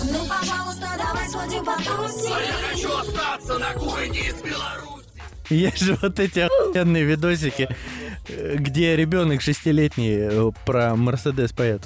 Ну, пожалуйста, давай сходим потусим. А я хочу остаться на кухне из Беларуси. Есть же вот эти охуенные видосики, где ребенок 6-летний про Мерседес поет.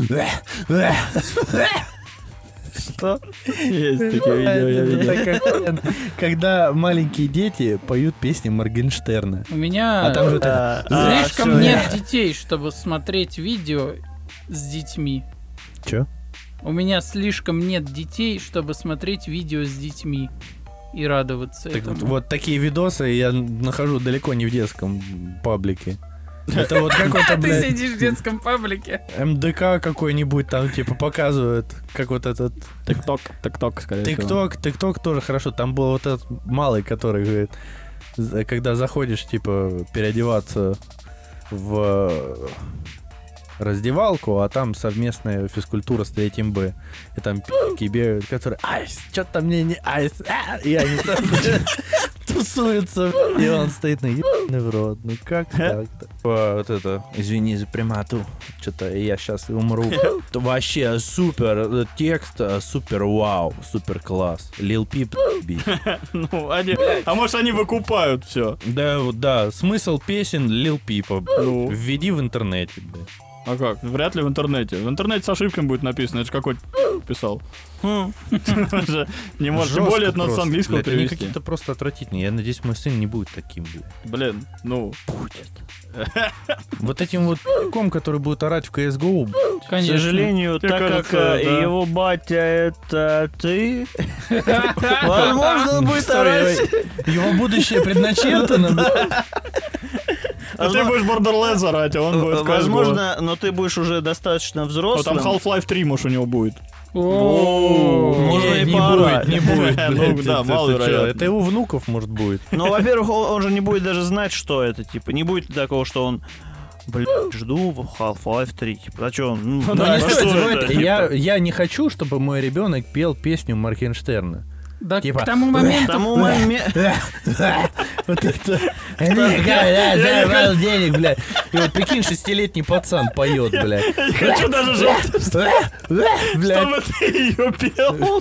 Что? Есть такие видео, я видел. Когда маленькие дети поют песни Моргенштерна. У меня А там же это... слишком нет детей, чтобы смотреть видео с детьми. Чё? У меня слишком нет детей, чтобы смотреть видео с детьми и радоваться Так этому. вот такие видосы я нахожу далеко не в детском паблике. Это вот какой-то, Ты блядь, сидишь в детском паблике. МДК какой-нибудь там, типа, показывают, как вот этот... ТикТок, скорее всего. ТикТок тоже хорошо. Там был вот этот малый, который говорит, когда заходишь, типа, переодеваться в раздевалку, а там совместная физкультура с 3 Б. И там пи***ки бегают, которые айс, что-то мне не айс, и они там тусуются, и он стоит на ебаный в рот. Ну как так-то? Вот это, извини за примату, что-то я сейчас умру. Вообще супер текст, супер вау, супер класс. Lil Peep бит. Ну, а может они выкупают все? Да, вот да, смысл песен Lil Peep. Ну. Введи в интернете, блядь. А как? Вряд ли в интернете. В интернете с ошибками будет написано. Это же какой-то писал. Не может. Тем более это надо с английского Блядь, они перевести. какие-то просто отвратительные. Я надеюсь, мой сын не будет таким, блядь. Блин, ну... Вот этим вот ком, который будет орать в CSGO, блядь. К Конечно. сожалению, Мне так кажется, как да. его батя это ты, возможно, он будет орать. Его будущее предначертано, блядь. А ты будешь Borderlands орать, а он будет CSGO. Возможно, но ты будешь уже достаточно А взрослым. там Half-Life 3, может, у него будет. Можно и не поорать. будет, не будет, блядь. Ну да, Это маловероятно. чё? Это его внуков, может, будет. Ну, во-первых, он же не будет даже знать, что это, типа, не будет такого, что он, жду Half-Life 3, типа, а чё он? Ну да, Не что стоит это, забывать, типа? я не хочу, чтобы мой ребенок пел песню Моргенштерна. Да, Типа, к тому моменту... Тому моменту... Вот это... Зарвал денег, блядь. И вот прикинь, 6-летний пацан поет, блядь. Хочу даже желтый, Блядь. чтобы ты ее пел.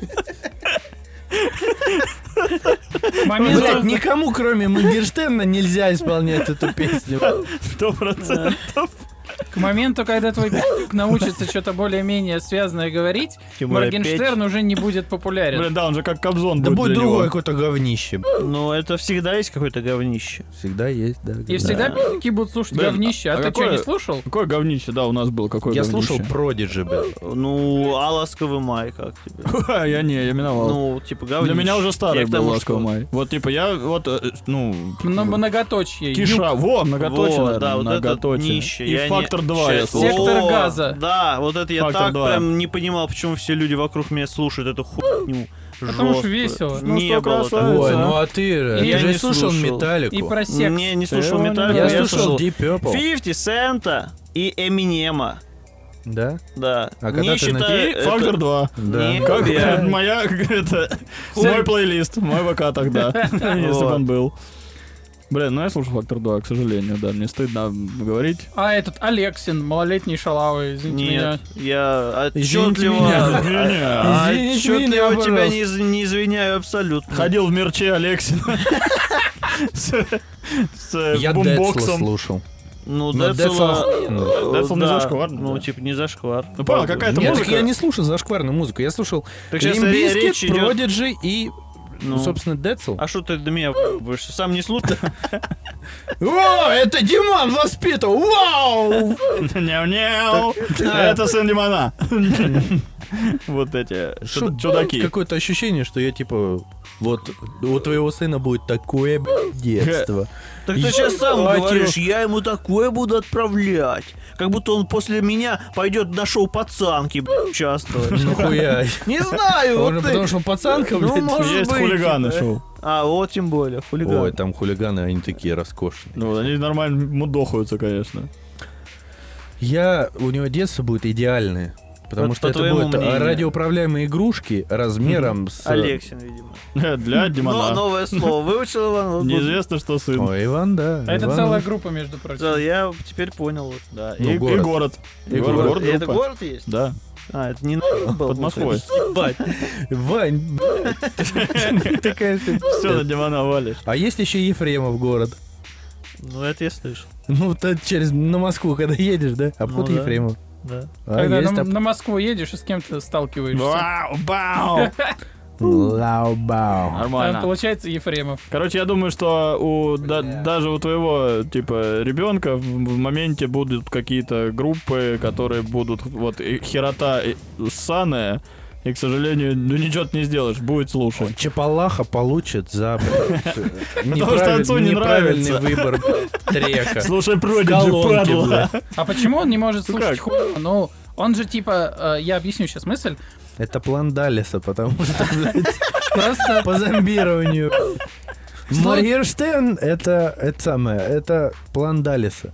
Блядь, никому, кроме Моргенштерна, нельзя исполнять эту песню. 100%. К моменту, когда твой пи***к научится что-то более-менее связанное говорить, Тем более Моргенштерн уже не будет популярен. Блин, да, он же как Кобзон Да будет будет для другое него. какое-то говнище. Ну, это всегда есть какое-то говнище. Всегда есть, да. И всегда пи***ки будут слушать Блин, говнище. А а ты какое- что, не слушал? Какое говнище, да, у нас был, какое Я говнище. слушал Продиджи, блядь. Ну, а ласковый май, как тебе? Я миновал. Ну, типа, говнище. Для меня уже старый Я к был тому, ласковый что- май. Вот, типа, я вот, Многоточие. Киша, во, многоточие, Во, наверное, да, вот это многоточие. днище, И я не- Фактор 2 я Щас. слушал. Сектор О, газа. Да, вот это я Фактор так 2. прям не понимал, почему все люди вокруг меня слушают эту хуйню. Потому что жёсткую. весело. Ну, Не что было красавица. такого. Ой, ну а ты Я же не слушал слушал. Металлику. И про секс. Не, не слушал Я Металлику, Я я слушал слушал Deep Purple. 50 Цента и Эминема. Да? Да. А когда Не ты считая- И Фактор 2. Да. Не, Как я- моя, это, мой плейлист, мой ВК тогда, если бы он был. Блин, ну я слушал Фактор 2, к сожалению, да, мне стыдно говорить. А этот Алексин, малолетний шалавый, извините меня. Нет, я Извините отчетливо... меня. Извините меня, Отчетливо тебя пожалуйста. не извиняю абсолютно. Ходил в мерче Алексин с Я Децла бумбоксом. слушал. Ну, Но Децла... Децл- Децл не да, зашквар, Ну, да. типа, не зашквар. Ну, понял, какая-то Нет, так музыка. я не слушал зашкварную музыку. Я слушал Так сейчас Limp Bizkit, речь идет... Prodigy и, Ну. собственно, Децл. А что ты до меня будешь? Сам не слушай? О, это Диман воспитал! Вау! Няу-няу. Это сын Димана. Вот эти чудаки. Какое-то ощущение, что я типа... Вот у твоего сына будет такое детство. Так ты сейчас сам Ебать говоришь, его. я ему такое буду отправлять. Как будто он после меня пойдет на шоу пацанки участвовать. Нахуя? Не знаю, Он вот же ты. потому что пацанка, Ну, блядь. может Есть быть, хулиганы типа. шоу. А, вот тем более, хулиганы. Ой, там хулиганы, они такие роскошные. Ну, они нормально мудохаются, конечно. У него детство будет идеальное. Потому По что это твоему будут мнению. радиоуправляемые игрушки размером с... Алексин, видимо. Для Но Димана. новое слово выучил, Иван. Вот Неизвестно, что сын. Ой, Иван, да. А это Иван. целая группа, между прочим. да, я теперь понял. Вот. Да. Ну, И город. город. И город. Город Это группа. город есть? Да. А, это не был. Под Москвой. Ебать. Вань, ты, конечно... Все на дивана валишь. А есть еще Ефремов город. Ну, это я слышу. Ну, то на Москву, когда едешь, да? Обход Ну да. Ефремов. Да. А, Когда есть на Москву едешь и с кем-то сталкиваешься. Вау, бау. Лау-бау. Там Нормально. получается Ефремов. Короче, я думаю, что даже у твоего, типа, ребенка в моменте будут какие-то группы, которые будут, вот, херота ссаная, и, к сожалению, ну ничего ты не сделаешь, будет слушать. Чапалаха получит за Потому что отцу не неправильный нравится. выбор трека. Слушай, В Продиджи, колонке, падла. бля. А почему он не может слушать как? хуй? Ну, он же типа, я объясню сейчас мысль. Это план Даллеса, потому что, блядь, Просто по зомбированию. Моргенштерн это план Даллеса.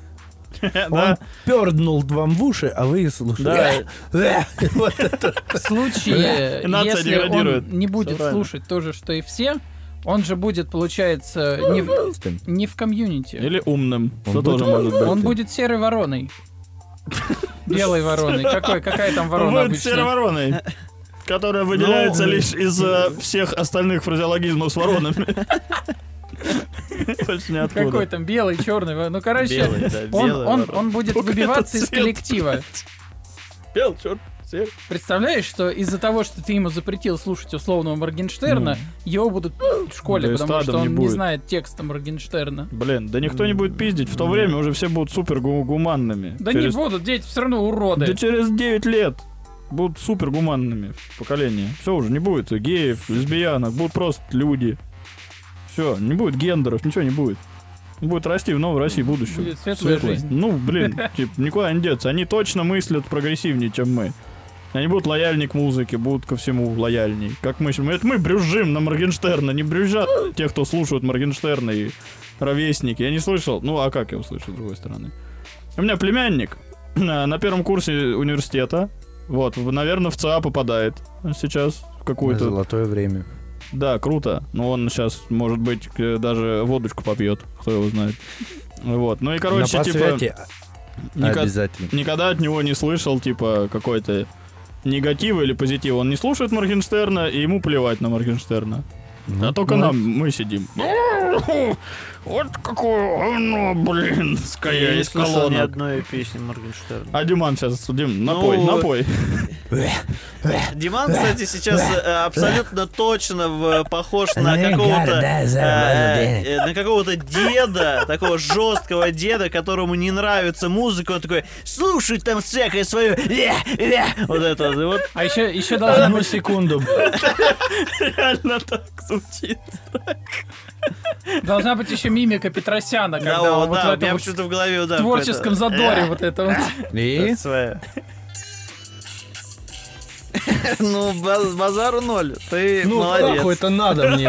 Он перднул вам в уши, а вы слушаете. Вот это. в случае, Нация если деградирует. он не будет Всё правильно. слушать то же, что и все, он же будет, получается, не в комьюнити. Или умным, Он что будет- тоже может быть. Он будет серой вороной. Белой вороной. Какая там Он ворона будет серой обычно? вороной, которая выделяется лишь из всех остальных фразеологизмов с воронами. Больше ниоткуда. Какой там белый, черный? Ну, короче, Белый, да, белый он будет Только выбиваться это из цвет. коллектива. Белый, черт, серый. Представляешь, что из-за того, что ты ему запретил слушать условного Моргенштерна, его будут в школе, Да и потому что стадом не он не будет. знает текста Моргенштерна. Блин, да никто не будет пиздить. В то время уже все будут супер гуманными. Да не будут, дети все равно уроды. Да через 9 лет будут супер гуманными поколения. Все уже не будет геев, лесбиянок, будут просто люди. Все, не будет гендеров, ничего не будет. Будет расти в новой России будущего. Будет светлая Светлой. жизнь. Ну, блин, типа, никуда не деться. Они точно мыслят прогрессивнее, чем мы. Они будут лояльнее к музыке, будут ко всему лояльней. Как мы, это мы брюзжим на Моргенштерна, не брюзжат те, кто слушают Моргенштерна и ровесники. Я не слышал, ну а как я услышу с другой стороны? У меня племянник на первом курсе университета, вот, наверное, в ЦА попадает сейчас в какую-то... Золотое время. Да, круто. Но он сейчас, может быть, даже водочку попьет, кто его знает. Вот. Ну и, короче, На типа, посвяте ника- обязательно. никогда от него не слышал, типа, какой-то негатива или позитива. Он не слушает Моргенштерна, и ему плевать на Моргенштерна. Ну, А только вот. нам, мы сидим. Вот какое говно, блин, Я не из слышал ни колонок. одной песни Моргенштерна. А Диман сейчас, Дим, напой, Ну, напой. Диман, кстати, сейчас абсолютно точно похож на какого-то деда, такого жесткого деда, которому не нравится музыка, он такой, слушай там всякое свое, вот это вот. А еще должна Одну быть... секунду. Реально так звучит. Должна быть еще мимика Петросяна, когда Да, он вот в да, у этом меня вот почему-то в голове, да. творческом задоре вот это вот. И? Своя. Ну, базару ноль. Ты Ну, молодец. нахуй это надо мне.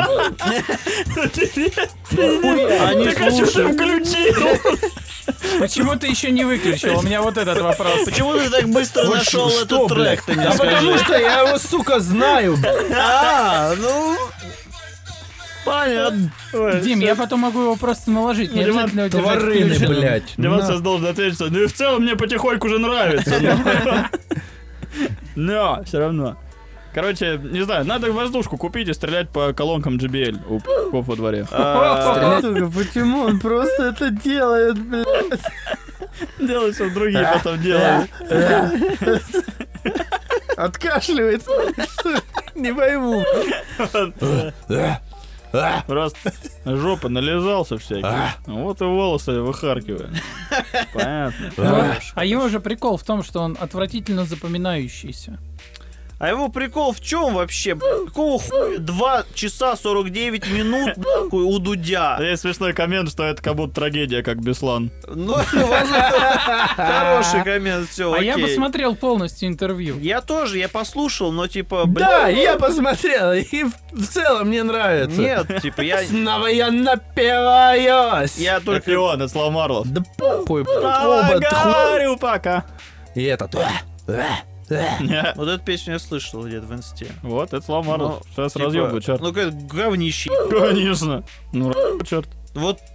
Они Так а что ты слушают. включил? Почему ты еще не выключил? У меня вот этот вопрос. Почему ты так быстро Вот нашел что, этот трек, блядь? ты мне А потому скажи? что я его, сука, знаю, блядь. Ну, понятно. Дим, я потом могу его просто наложить. Не Диман, обязательно его держать Тварины, включенным. блядь. Диман На. сейчас должен ответить, что, ну и в целом мне потихоньку уже нравится. Но, все равно. Короче, не знаю, надо воздушку купить и стрелять по колонкам JBL у п***ков во дворе. Сука, почему он просто это делает, блядь? Делай, что другие потом делают. Откашливается. Не пойму. Просто жопа нализался всякий. Вот и волосы выхаркивает. Понятно. А его же прикол в том, что он отвратительно запоминающийся. А его прикол в чем вообще? Какого хуя 2 часа 49 минут нахуй, у Дудя? Есть смешной коммент, что это как будто трагедия, как Беслан. Ну, хороший коммент, все, А окей. я посмотрел полностью интервью. Я тоже, я послушал, но типа, Да, я посмотрел, и в целом мне нравится. нет, типа, я Снова я напиваюсь. только... Только он, это Слава Марлов. Да похуй, оба Говорю пока. И этот. Вот эту песню я слышал где-то в инсте. Вот, это Слава Марлов. Ну, Сейчас типа, разъебываю, черт. Ну, как говнище. Конечно. Ну, черт. Вот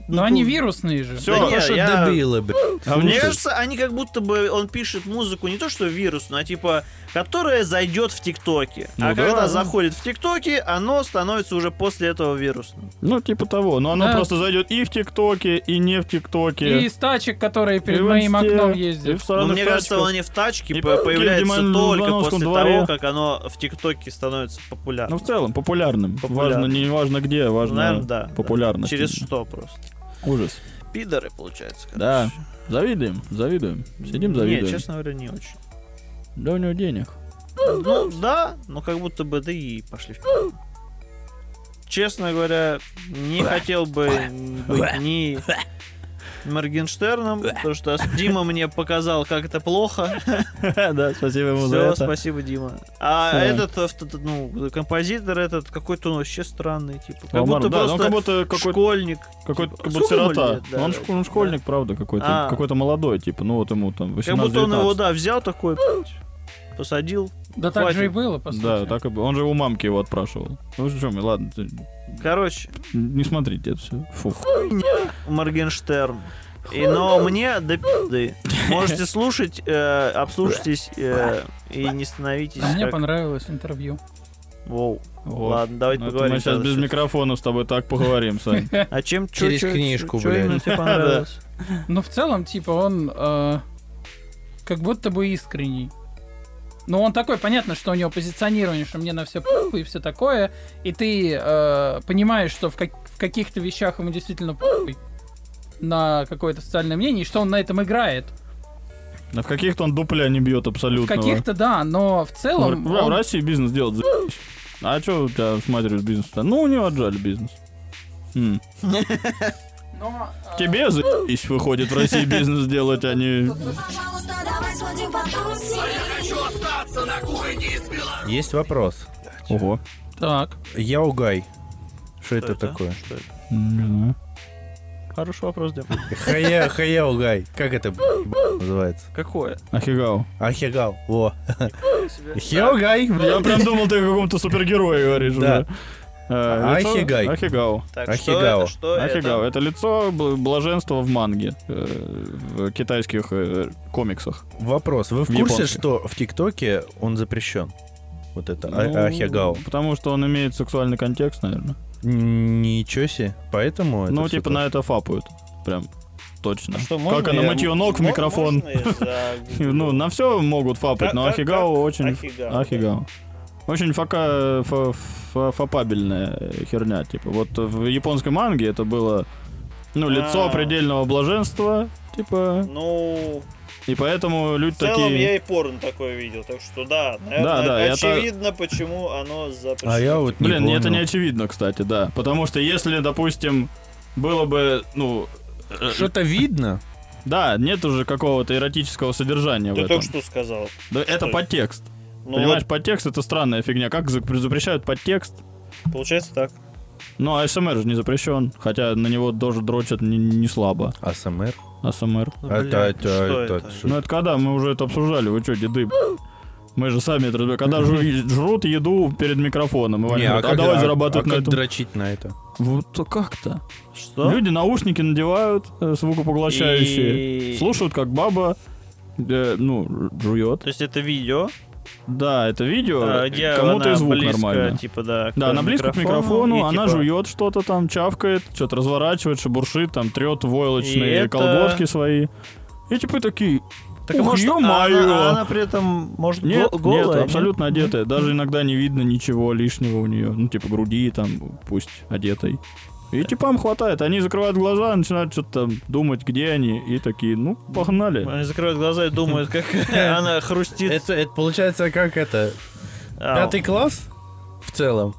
Но они вирусные же. Всё. Да Потому не, что я- дебилы, блядь. А мне кажется, они как будто бы он пишет музыку не то что вирусную, а типа, которая зайдет в ТикТоке. Ну а да. когда заходит в ТикТоке, оно становится уже после этого вирусным. Ну, типа того. Но оно Да. просто зайдет и в ТикТоке, и не в ТикТоке. И из тачек, которые перед И в моим Инсте, окном и ездят. в Но сраных мне кажется, тачках. они в тачке И появляются в только Демоновском после дворе. того, как оно в ТикТоке становится Ну, популярным. в целом, популярным. Популярным. Важно, не важно где, важно Наверное, да. популярность. Через именно. что просто? Ужас. Пидоры, получается. Да. короче. Завидуем. Сидим, Не, завидуем. честно говоря, не очень. Да у него денег. Ну, да, но как будто бы да и пошли в Честно говоря, не хотел бы быть ни Моргенштерном, потому что Дима мне показал, как это плохо. Да, спасибо ему за Все, это. спасибо, Дима. А Всё. этот, ну, композитор этот какой-то он вообще странный, типа. Как Омар, будто да, ну, просто как будто какой-то школьник. Какой-то Типа, как будто сколько ему сирота. лет, да? Он школьник, правда, какой-то. А. Какой-то молодой, типа. Ну, вот ему там 18-19. Как будто он его, да, взял такой, посадил. Да так Хватит. же и было, по сути. Да, так и было. Он же у мамки его отпрашивал. Ну что, мы, ладно, Короче, не смотрите это все. Фух. Моргенштерн. Но мне до пизды. Можете слушать, обслушайтесь и не становитесь. А мне как- понравилось интервью. Воу. Вот. Ладно, давайте Ну, это поговорим. мы сейчас тогда, без что- микрофона с тобой так поговорим, Сань. А чем Через книжку, блядь. именно тебе понравилось? Ну, в целом, типа, он как будто бы искренний. Ну, он такой, понятно, что у него позиционирование, что мне на все похуй и все такое. И ты понимаешь, что в каких-то вещах ему действительно похуй на какое-то социальное мнение, и что он на этом играет. А в каких-то он дупля не бьет В абсолютно. каких-то, да, но в целом... В он- России бизнес делать за***ь. А что у тебя с матерью с бизнесом? Ну, у него отжали бизнес. но, Тебе за***ись выходит в России бизнес делать, а не... Пожалуйста, давай сходим потусим. Хочу остаться на кухне из Беларуси. Есть вопрос. Ого. Так. Яугай. Что это это? такое? Что это? Не знаю. Хороший вопрос, Дим. Хаяугай. Как это называется? Какое? Ахигао. Ахигал. Во. Хаяугай. Я прям думал, ты о каком-то супергерое говоришь Да. уже. Лицо- Ахигай. Ахигао. Так, Ахигао. что это? Ахигао. Это лицо блаженства в манге. В китайских комиксах. Вопрос. Вы в В курсе, японских. что в ТикТоке он запрещен? Вот это Ну, Ахигао. Потому что он имеет сексуальный контекст, наверное. Ничего себе. Поэтому это Ну, всё типа так. на это фапают. Прям точно. Что, Как можно и на я- мытье ног в мо- микрофон. можно я загуглю? Ну, на все могут фапать, но Как- Ахигао как? очень... Ахигао, Ахигао. Очень фапабельная херня. Типа, вот в японской манге это было, ну, лицо А. предельного блаженства, типа, Ну, и поэтому люди в целом такие... я и порно такое видел, так что да, наверное, да, это- очевидно, почему оно запрещено. А я вот не Блин, это не понял. очевидно, кстати, да. Потому что если, допустим, было бы, ну... Что-то видно? Да, нет уже какого-то эротического содержания в Ты этом. только что сказал. Да, это Что? подтекст. Ну Понимаешь, подтекст это странная фигня. Как запрещают подтекст? вот, получается так. Ну, АСМР же не запрещен, хотя на него тоже дрочат не слабо. АСМР? АСМР. Это Ну, это когда? Мы уже это обсуждали. Вы что, деды? Мы же сами это разбираем. Когда жрут еду перед микрофоном. И Ваня говорит, а давай зарабатывать на как этом. дрочить на это? Вот то как-то. Что? Люди наушники надевают звукопоглощающие. И- Слушают, как баба жует. То есть это видео, Да, это видео. где Кому-то она и звук близко, нормально. типа, да, Да, она близко к микрофону, и, она типа, жует что-то там, чавкает, что-то разворачивает, шебуршит, там трет войлочные И это- колготки свои. И типа такие, Так ух, может, ё-моё. она при этом, может, нет, голая? нет, нет? абсолютно одетая. Даже иногда не видно ничего лишнего у нее. Ну, типа груди там, пусть одетой. И типам хватает. Они закрывают глаза, начинают что-то там думать, где они. И такие, ну, погнали. Они закрывают глаза и думают, как она хрустит. Это получается как это? Ау. 5 класс? В целом.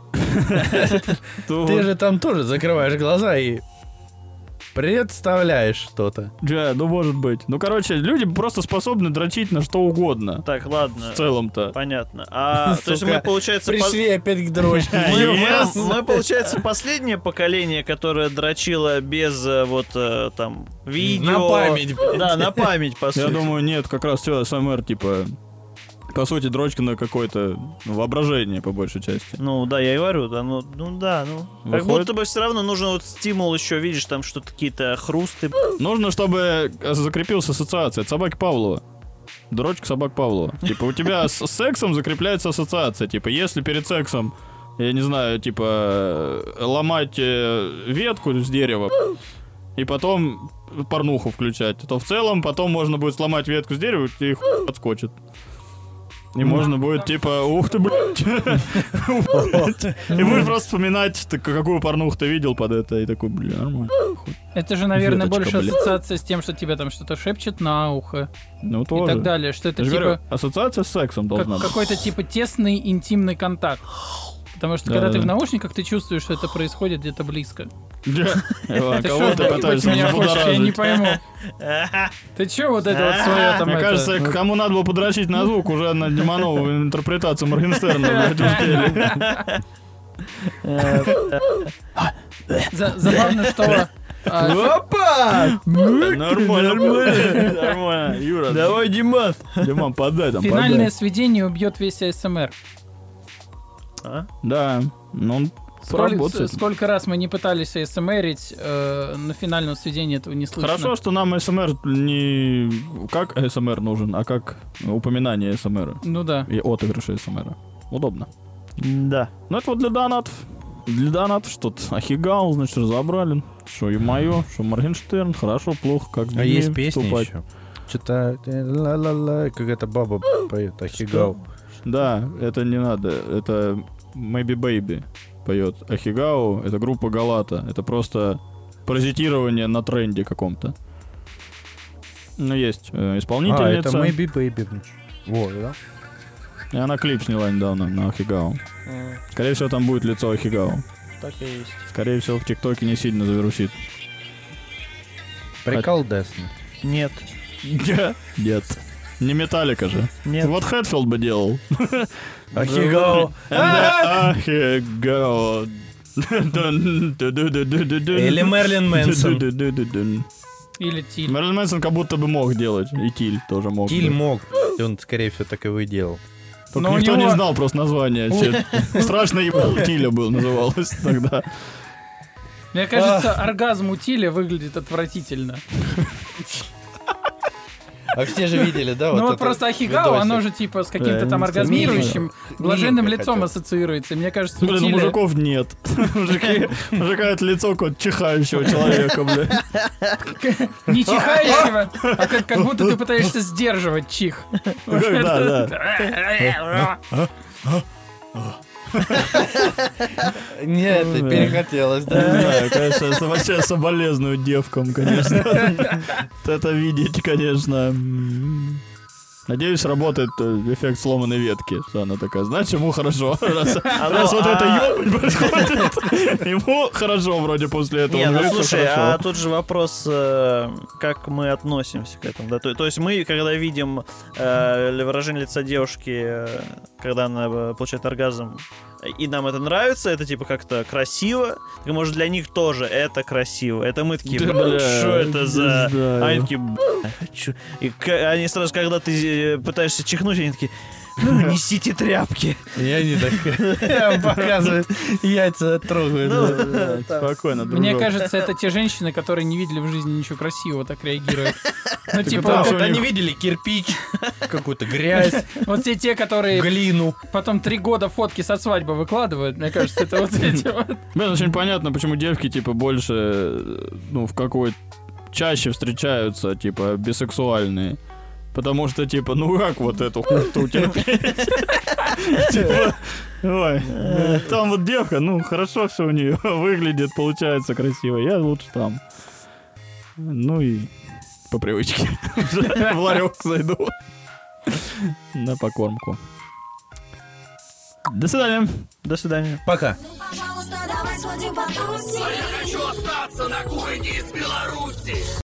То Ты вот, же там тоже закрываешь глаза и представляешь что-то. да, ну, может быть. Ну, короче, люди просто способны дрочить на что угодно. Так, ладно. В целом-то. Понятно. То есть Сука, мы, получается, Пришли опять к дрочке. Yes. мы, получается, последнее поколение, которое дрочило без там видео. На память, блядь. Да, на память, по сути. Я думаю, нет, как раз все СМР, типа, По сути, дрочка на какое-то воображение, по большей части. Ну да, я и говорю, да, ну да. Как Выходит- будто бы все равно нужен вот стимул еще, видишь, там что-то какие-то хрусты. Нужно, чтобы закрепилась ассоциация. Это собаки Павлова. Дрочка собак Павлова. Типа, у тебя с сексом закрепляется ассоциация. Типа, если перед сексом, я не знаю, типа, ломать ветку с дерева и потом порнуху включать, то в целом потом можно будет сломать ветку с дерева, и хуй подскочит. И можно будет, типа, ух ты, блядь. И будешь просто вспоминать, какую порнуху ты видел под это, и такой, бля, нормально. Это же, наверное, Веточка, больше блин. ассоциация с тем, что тебе там что-то шепчет на ухо Ну, и тоже. так далее. Что это Я же типа говорю, ассоциация с сексом должна быть. какой-то типа тесный интимный контакт. Потому что Да, когда да, ты в да. наушниках, ты чувствуешь, что это происходит где-то близко. Иван, Ты кого что, ты пытаешься меня хочешь, я не взбудоражить? пойму. Ты чё вот это вот свое там Мне это... кажется, кому надо было подрочить на звук, уже на Диманову интерпретацию Моргенстерна, блядь, успели. Забавно, что... Опа! Нормально. Юра, Давай, Димас. Диман, подай там, Финальное подай. сведение убьет весь АСМР. Да, ну он поработает. Сколько раз мы не пытались АСМРить, на финальном сведении этого не слышно. Хорошо, что нам СМР не как СМР нужен, а как упоминание СМР Ну да. и отыгрыши СМР. Удобно. Да. Ну это вот для донатов. Для донатов что-то Ахигал, значит, разобрали. Что и мое, что Моргенштерн, хорошо, плохо, как А есть песни песни еще. Что-то ла-ла-ла, какая-то баба поет, Ахигал. Да, это не надо. Это Maybe Baby поет. Ахигао — это группа Галата. Это просто паразитирование на тренде каком-то. Ну, есть исполнительница. это Maybe Baby. Вот, да? И она клип сняла недавно на Ахигао. Скорее всего, там будет лицо Ахигао. Так и есть. Скорее всего, в ТикТоке не сильно завирусит. Прикол Десни. Нет. Нет. Не Металлика же. Нет. Вот Хэтфилд бы делал. Ахигал. Ахигао. Или Мерлин Мэнсон. Или Тиль. Мерлин Мэнсон как будто бы мог делать. И Тиль тоже мог. Тиль бы. мог. Он, скорее всего, таково и делал. Только Но у никто него- не знал просто название. Страшно ебал Тиля был, называлось тогда. Мне кажется, оргазм у Тиля выглядит отвратительно. А все же видели, да? Ну вот это просто Ахигао, видосик? оно же типа с каким-то Да, там не оргазмирующим, блаженным Мимика лицом хотел. ассоциируется. И мне кажется, у Блин, у Тиля... мужиков нет. Мужика это лицо какого-то чихающего человека, бля. Не чихающего, а как будто ты пытаешься сдерживать чих. Да, Нет, перехотелось, Не да. знаю, конечно, вообще соболезную девкам, конечно. Вот это видеть, конечно. Надеюсь, работает эффект сломанной ветки. Что она такая, знаешь, ему хорошо. Раз вот это ёбань происходит, ему хорошо вроде после этого. Не, Он ну говорит, что слушай, хорошо. а тут же вопрос, как мы относимся к этому. Да? То есть мы, когда видим выражение лица девушки, когда она получает оргазм, и нам это нравится, это типа как-то красиво, так может для них тоже это красиво. Это мы такие, Да, бля, что это за... не знаю. Они такие, хочу. И они сразу, когда ты пытаешься чихнуть, они такие, несите тряпки. Я не так. Показывает, яйца трогают. Спокойно, дружок. Мне кажется, это те женщины, которые не видели в жизни ничего красивого, так реагируют. Ну, это типа, всё вот, Они видели кирпич, какую-то грязь, вот те, которые глину. потом 3 года фотки со свадьбы выкладывают, мне кажется, это вот эти вот. Блин, очень понятно, почему девки, типа, больше, ну, в какой чаще встречаются, типа, бисексуальные. Потому что, типа, ну как вот эту хуйню терпеть? Типа, ой, там вот девка, ну, хорошо все у нее выглядит, получается красиво. Я лучше там. Ну и по привычке. В ларек зайду. На покормку. До свидания. До свидания. Пока. Пожалуйста, давай сходим потусим. Я хочу остаться на кухне из Беларуси.